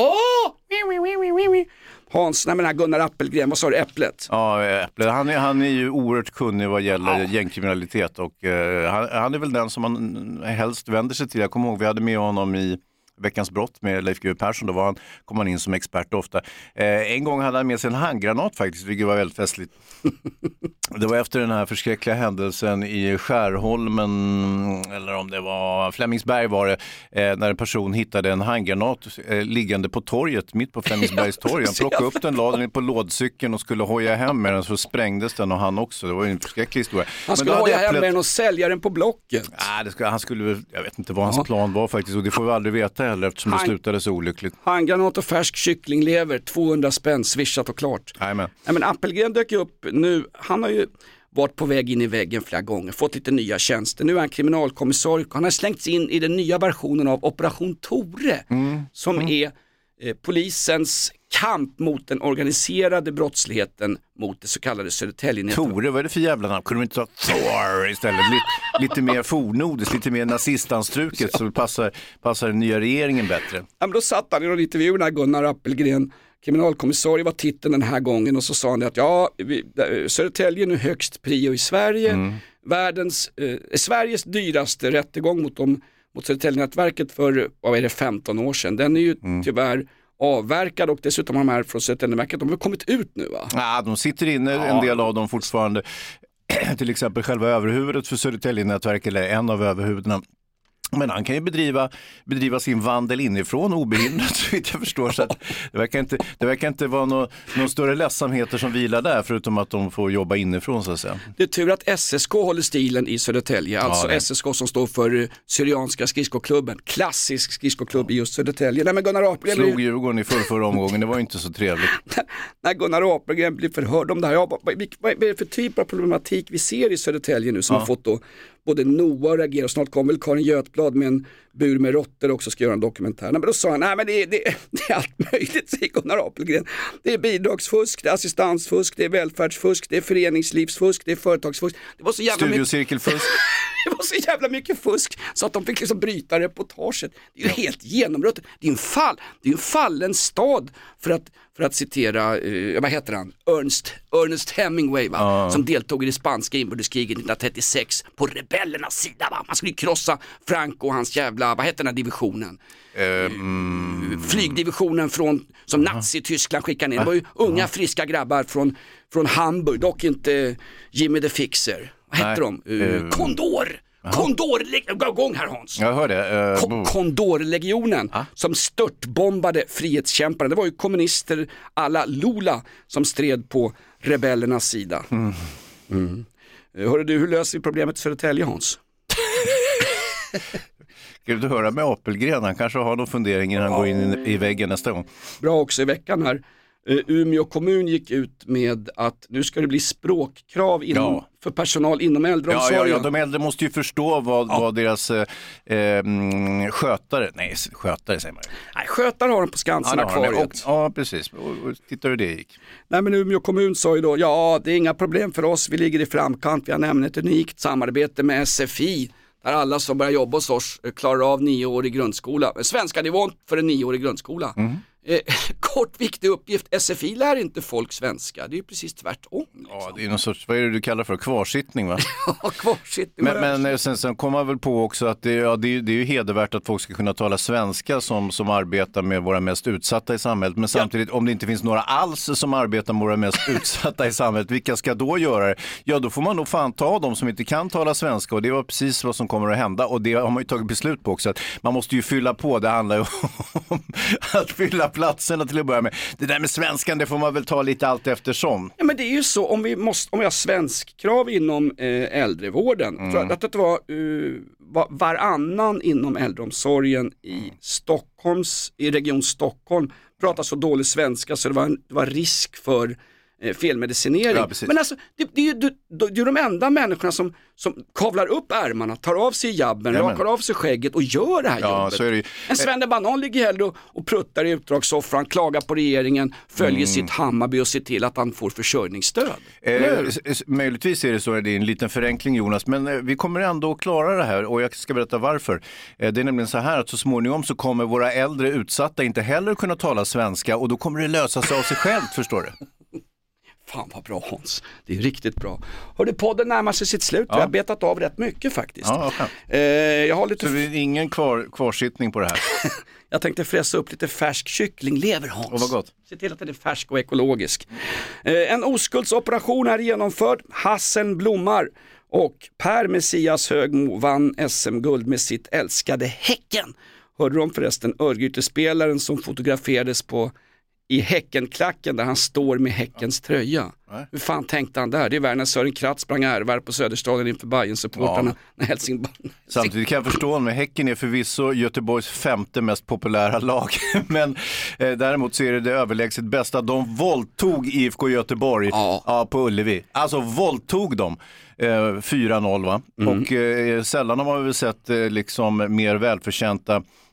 S5: Åh! Hans, nej men här Gunnar Appelgren, vad sa du, Äpplet?
S6: Ja, Äpplet. Han är, han är ju oerhört kunnig vad gäller ja. gängkriminalitet och uh, han, han är väl den som man helst vänder sig till. Jag kommer ihåg, vi hade med honom i Veckans brott med Leif G W Persson, då var han, kom han in som expert ofta. Eh, en gång hade han med sig en handgranat faktiskt, vilket var väldigt festligt. Det var efter den här förskräckliga händelsen i Skärholmen, eller om det var Flemingsberg var det, eh, när en person hittade en handgranat eh, liggande på torget, mitt på Flemingsbergs torg. Han plockade upp den, lade den på lådcykeln och skulle hoja hem med den, så sprängdes den och han också. Det var ju en förskräcklig historia.
S5: Han skulle hoja hem med den och sälja den på Blocket.
S6: Nej, det skulle, han skulle, jag vet inte vad hans ja. plan var faktiskt, och det får vi aldrig veta heller eftersom Han, det slutade så olyckligt.
S5: Handgranat och färsk kycklinglever, tvåhundra spänn, swishat och klart.
S6: Amen.
S5: Nej, men Appelgren dök upp nu, han har ju varit på väg in i väggen flera gånger, fått lite nya tjänster. Nu är han kriminalkommissarie, han har slängts in i den nya versionen av Operation Tore, mm. som mm. är eh, polisens kamp mot den organiserade brottsligheten mot det så kallade Södertälje-nätverket.
S6: Tore, vad är det för jävla namn? Kunde du inte ta Thor istället? Lite, lite mer fornordiskt, lite mer nazistanstruket så passar, passar den nya regeringen bättre.
S5: Ja, men då satt han i någon intervju när Gunnar Appelgren, kriminalkommissarie, var titeln den här gången, och så sa han att ja, vi, Södertälje är nu högst prio i Sverige. Mm. Världens, eh, Sveriges dyraste rättegång mot, dem, mot Södertälje-nätverket för, vad är det, femton år sedan. Den är ju mm. tyvärr avverkad, och dessutom har de här från Södertälje-nätverket, de har kommit ut nu, va?
S6: Ja, de sitter inne, ja. En del av dem fortfarande. Till exempel själva överhuvudet för Södertälje-nätverket, eller en av överhuvudena. Men han kan ju bedriva, bedriva sin vandel inifrån obehindrat, så vitt jag förstår. Så att det, verkar inte, det verkar inte vara någon, någon större ledsamheter som vilar där, förutom att de får jobba inifrån, så att säga.
S5: Det är tur att S S K håller stilen i Södertälje. Alltså ja, S S K som står för Syrianska skridskoklubben. Klassisk skridskoklubb i just Södertälje. Nej, men Gunnar Apelgren
S6: slog blir... Djurgården i förra, förra omgången, det var ju inte så trevligt.
S5: När Gunnar Apelgren blir förhörd om det här, ja, vad, vad är det för typ av problematik vi ser i Södertälje nu som ja. har fått då både Noah och reagerar, snart kommer väl Karin Götblad med en bur med råttor också, ska göra en dokumentär. Men då sa han, nej men det är, det, det är allt möjligt, säger Gunnar Apelgren. Det är bidragsfusk, det är assistansfusk, det är välfärdsfusk, det är föreningslivsfusk, det är företagsfusk. Det var så jävla
S6: Studiecirkelfusk.
S5: Mycket, det var så jävla mycket fusk så att de fick liksom bryta reportaget. Det är ju helt genombrott. Det är en fall, det är en fallen stad, för att för att citera, eh, vad heter han? Ernest, Ernest Hemingway, va? Uh. Som deltog i det spanska inbördeskriget nittonhundratrettiosex på rebellernas sida, va? Man skulle krossa Franco och hans jävla, vad heter den här divisionen? Um. Flygdivisionen från, som uh. Nazi-Tyskland skickade ner. Uh. Det var ju unga uh. friska grabbar från, från Hamburg, dock inte Jimmy the Fixer. Vad heter de? Uh, Kondor! Kondorlegionen, gå igång här Hans.
S6: Jag hör det. Uh,
S5: Ko- Kondorlegionen ah? som störtbombade frihetskämparna. Det var ju kommunister alla Lula som stred på rebellernas sida. Mm. Mm. Hörru du, hur löser vi problemet i Södertälje, Hans?
S6: Ska du höra med Apelgren? Han kanske har någon fundering innan han oh. går in i väggen nästa gång.
S5: Bra också i veckan här. Uh, Umeå kommun gick ut med att nu ska det bli språkkrav inom, ja. för personal inom äldreomsorgen.
S6: Ja, ja, ja, de äldre måste ju förstå vad, ja. vad deras eh, skötare, nej skötare säger man.
S5: Nej, skötare har de på Skansen
S6: ja,
S5: akvariet.
S6: Ja, precis. Och, och titta hur det gick.
S5: Nej, men Umeå kommun sa ju då, ja det är inga problem för oss, vi ligger i framkant, vi har nämligen ett unikt samarbete med S F I. Där alla som börjar jobba hos oss klarar av nioårig grundskola. Svenska nivån för en nioårig grundskola. Mm. Eh, kort viktig uppgift, S F I lär inte folk svenska. Det är ju precis tvärtom. Liksom.
S6: Ja, det är någon sorts, vad är det du kallar för? Kvarsittning, va?
S5: Ja, kvarsittning.
S6: Men, men sen, sen kommer man väl på också att det, ja, det, det är ju hedervärt att folk ska kunna tala svenska som, som arbetar med våra mest utsatta i samhället. Men samtidigt, ja. om det inte finns några alls som arbetar med våra mest utsatta i samhället, vilka ska då göra det? Ja, då får man nog fan ta dem som inte kan tala svenska, och det var precis vad som kommer att hända. Och det har man ju tagit beslut på också, att man måste ju fylla på, det handlar ju om att fylla platserna till att börja med. Det där med svenskan, det får man väl ta lite allt eftersom.
S5: Ja, men det är ju så, om vi måste, om vi har svenskkrav inom eh, äldrevården, mm. tror jag att det var uh, var, varannan inom äldreomsorgen i Stockholms, i region Stockholm pratar så dålig svenska så det var, en, det var risk för eh, felmedicinering. Ja, men alltså, det, det, det, det är ju de enda människorna som, som kavlar upp ärmarna, tar av sig jabben, ja, rakar av sig skägget och gör det här ja, jobbet. Så är det ju. En Svenne Banan ligger hellre och, och pruttar i utdragssoffran, klagar på regeringen, följer mm. sitt Hammarby och ser till att han får försörjningsstöd.
S6: Eh, möjligtvis är det så, det är en liten förenkling, Jonas, men eh, vi kommer ändå att klara det här, och jag ska berätta varför. Eh, det är nämligen så här att så småningom så kommer våra äldre utsatta inte heller kunna tala svenska, och då kommer det lösa sig av sig självt, förstår du?
S5: Fan vad bra, Hans, det är riktigt bra. Hörde, podden närmar sig sitt slut, ja. Vi har betat av rätt mycket faktiskt.
S6: Ja, okay.
S5: eh, jag har lite...
S6: Så det är ingen kvar, kvarsittning på det här?
S5: Jag tänkte fräsa upp lite färsk kycklinglever, Hans.
S6: Och vad gott.
S5: Se till att den är färsk och ekologisk. Eh, en oskuldsoperation är genomförd, Hassen blommar, och Per Messias Högmo vann S M-guld med sitt älskade Häcken. Hörde du om förresten Örgryte-spelaren som fotograferades på i Häckenklacken där han står med Häckens tröja. Nej. Hur fan tänkte han där? Det är värre när Sören Kratt sprang ärvar på Söderstaden inför Bayern-supportarna ja. när Helsingborg...
S6: Samtidigt kan jag förstå, med Häcken är förvisso Göteborgs femte mest populära lag. Men eh, däremot så är det det överlägset bästa. De våldtog I F K Göteborg ja. Ja, på Ullevi. Alltså våldtog dem. Eh, fyra noll va? Mm. Och eh, sällan har man väl sett eh, liksom mer välförtjänta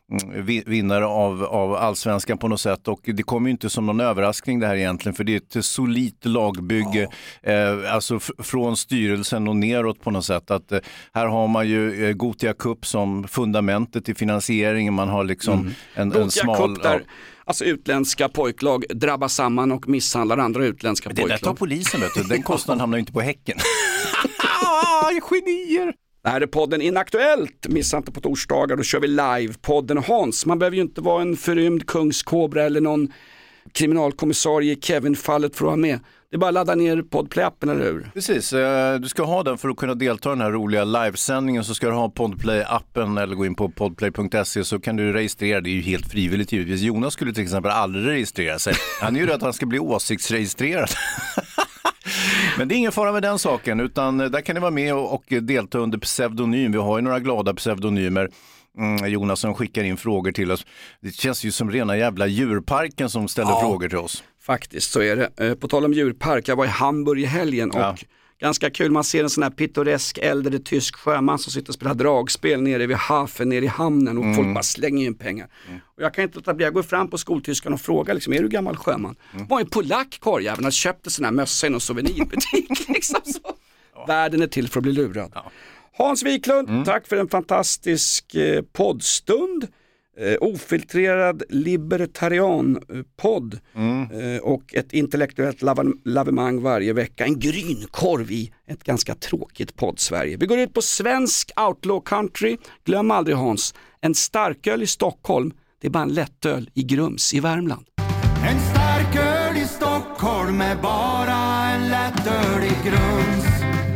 S6: vinnare av, av allsvenskan på något sätt, och det kommer ju inte som någon överraskning det här egentligen, för det är ett solidt lagbygge ja. eh, alltså f- från styrelsen och neråt på något sätt, att eh, här har man ju eh, Gothia Cup som fundamentet i finansieringen, man har liksom mm. en, en smal...
S5: Cup där, ja. Alltså utländska pojklag drabbar samman och misshandlar andra utländska
S6: det
S5: pojklag.
S6: Det där tar polisen, vet du. Den kostnaden hamnar ju inte på Häcken. Genier!
S5: Det här är podden Inaktuellt. Missa inte på torsdagar, då kör vi live. Podden Hans. Man behöver ju inte vara en förrymd kungskobra eller någon kriminalkommissarie i Kevin-fallet för att vara med. Det är bara att ladda ner Podplay-appen, eller hur?
S6: Precis, du ska ha den för att kunna delta i den här roliga livesändningen, så ska du ha Podplay-appen eller gå in på podplay punkt se, så kan du registrera. Det är ju helt frivilligt givetvis. Jonas skulle till exempel aldrig registrera sig. Han är ju rädd att han ska bli åsiktsregistrerad. Men det är ingen fara med den saken, utan där kan ni vara med och, och delta under pseudonym. Vi har ju några glada pseudonymer. Mm, Jonas som skickar in frågor till oss. Det känns ju som rena jävla djurparken som ställer ja, frågor till oss.
S5: Faktiskt, så är det. På tal om djurpark, jag var i Hamburg i helgen och ja. ganska kul, man ser en sån här pittoresk äldre tysk sjöman som sitter och spelar dragspel nere vid hafen, nere i hamnen, och mm. folk bara slänger in pengar. Mm. Och jag kan inte låta bli, jag går fram på skoltyskan och frågar liksom, är du gammal sjöman? Mm. Var en polack korjäveln, han köpte sån här mössa i någon souvenirbutik liksom så. Ja. Världen är till för att bli lurad. Ja. Hans Wiklund, mm. tack för en fantastisk eh, poddstund. Eh, ofiltrerad libertarian-podd mm. eh, och ett intellektuellt lav- lavemang varje vecka. En grynkorv i ett ganska tråkigt podd-Sverige. Vi går ut på svensk outlaw country. Glöm aldrig, Hans, en starköl i Stockholm, det är bara en lättöl i Grums i Värmland.
S13: En starköl i Stockholm är bara en lättöl i Grums.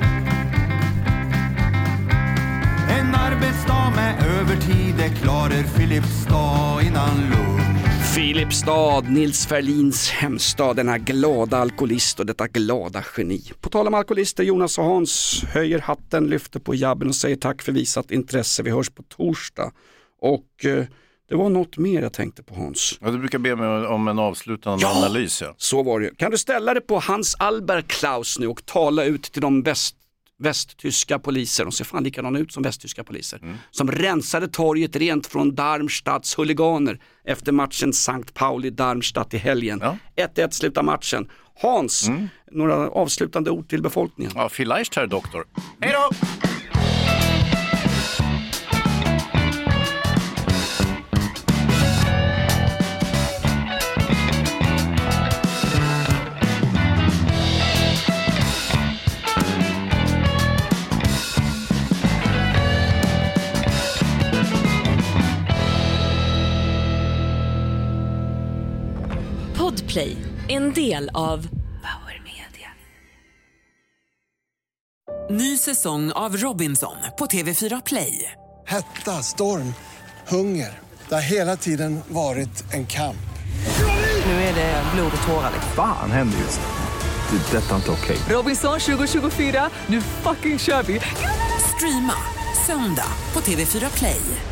S13: En arbetsdag med övertid är klarer Filipstad innan lunch.
S5: Filipstad, Nils Ferlins hemstad, denna glada alkoholist och detta glada geni. På tal om alkoholister, Jonas och Hans höjer hatten, lyfter på jabben och säger tack för visat intresse. Vi hörs på torsdag. Och eh, det var något mer jag tänkte på, Hans.
S6: Ja, du brukar be mig om en avslutande ja, analys. Ja,
S5: så var det. Kan du ställa dig på Hans Albert Klaus nu och tala ut till de bäst västtyska poliser, de ser fan likadana ut som västtyska poliser, mm. som rensade torget rent från Darmstadts huliganer efter matchen Sankt Pauli-Darmstadt i helgen. Ja. ett ett slutar matchen. Hans, mm. några avslutande ord till befolkningen.
S6: Ja, vielleicht, herr doktor. Hej då!
S8: Podplay, en del av Power Media.
S1: Ny säsong av Robinson på T V fyra Play.
S2: Hetta, storm, hunger. Det har hela tiden varit en kamp.
S1: Nu är det blod och tårar.
S3: Fan händer just det. Det är detta inte okej.
S1: Robinson tjugo tjugofyra, nu fucking kör vi. Streama söndag på T V fyra Play.